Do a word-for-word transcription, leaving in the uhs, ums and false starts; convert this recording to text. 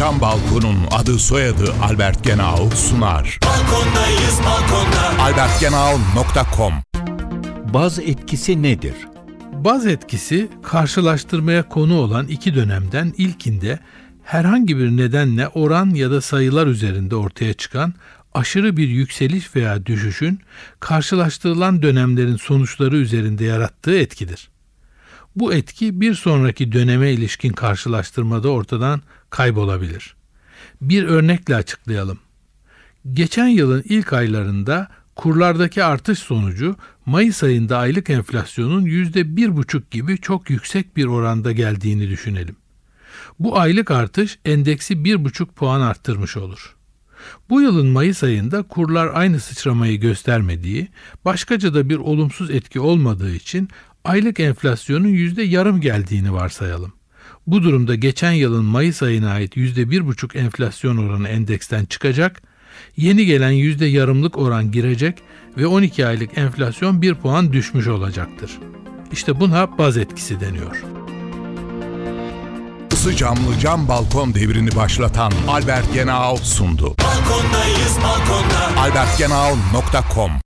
Cam Balkon'un adı soyadı Albert Genau sunar. Balkondayız balkonda. albert genau nokta com. Baz etkisi nedir? Baz etkisi, karşılaştırmaya konu olan iki dönemden ilkinde herhangi bir nedenle oran ya da sayılar üzerinde ortaya çıkan aşırı bir yükseliş veya düşüşün karşılaştırılan dönemlerin sonuçları üzerinde yarattığı etkidir. Bu etki bir sonraki döneme ilişkin karşılaştırmada ortadan kaybolabilir. Bir örnekle açıklayalım. Geçen yılın ilk aylarında kurlardaki artış sonucu Mayıs ayında aylık enflasyonun yüzde bir buçuk gibi çok yüksek bir oranda geldiğini düşünelim. Bu aylık artış endeksi bir buçuk puan arttırmış olur. Bu yılın Mayıs ayında kurlar aynı sıçramayı göstermediği, başkaca da bir olumsuz etki olmadığı için aylık enflasyonun yüzde yarım geldiğini varsayalım. Bu durumda geçen yılın Mayıs ayına ait yüzde bir buçuk enflasyon oranı endeksten çıkacak, yeni gelen yüzde yarımlık oran girecek ve on iki aylık enflasyon bir puan düşmüş olacaktır. İşte buna baz etkisi deniyor. Isı camlı cam balkon devrini başlatan Albert Genau sundu. Balkondayız balkonda. albert genau nokta com